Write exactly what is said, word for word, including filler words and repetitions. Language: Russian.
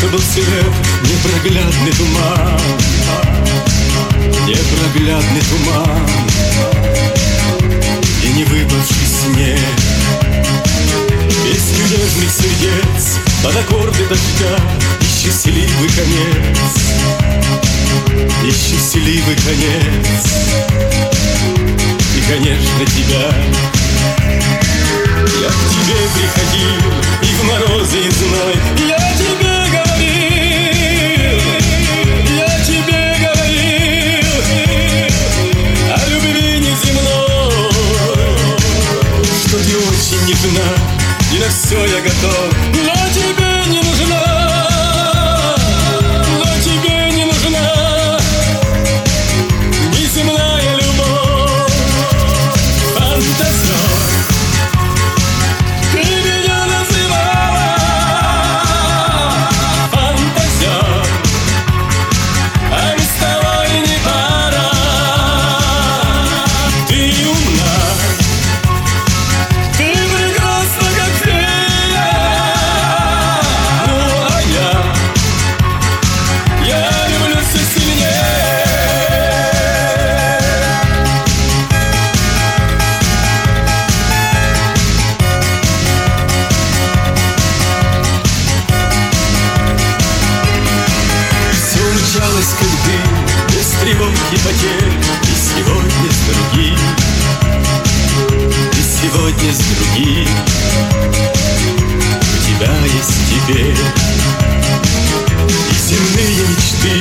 это был свет, непроглядный туман, непроглядный туман и не выпавший снег. Песню нежных сердец под аккорды дождя и счастливый конец, и счастливый конец, и, конечно, тебя. Я к тебе приходил и в морозе, и зной я тебе говорил, я тебе говорил о любви неземной, что ты очень нежна, и на все я готов, но тебе не нужна, но тебе не нужна неземная любовь. Фантазер, ты меня называла фантазер, а мы с тобой не пара. Ты умна, ты прекрасна, как фея, ну а я, я люблю все сильнее. Все умчалось, как дым, без тревог и потерь, и сегодня с другим, и сегодня с другим у тебя есть теперь. И земные мечты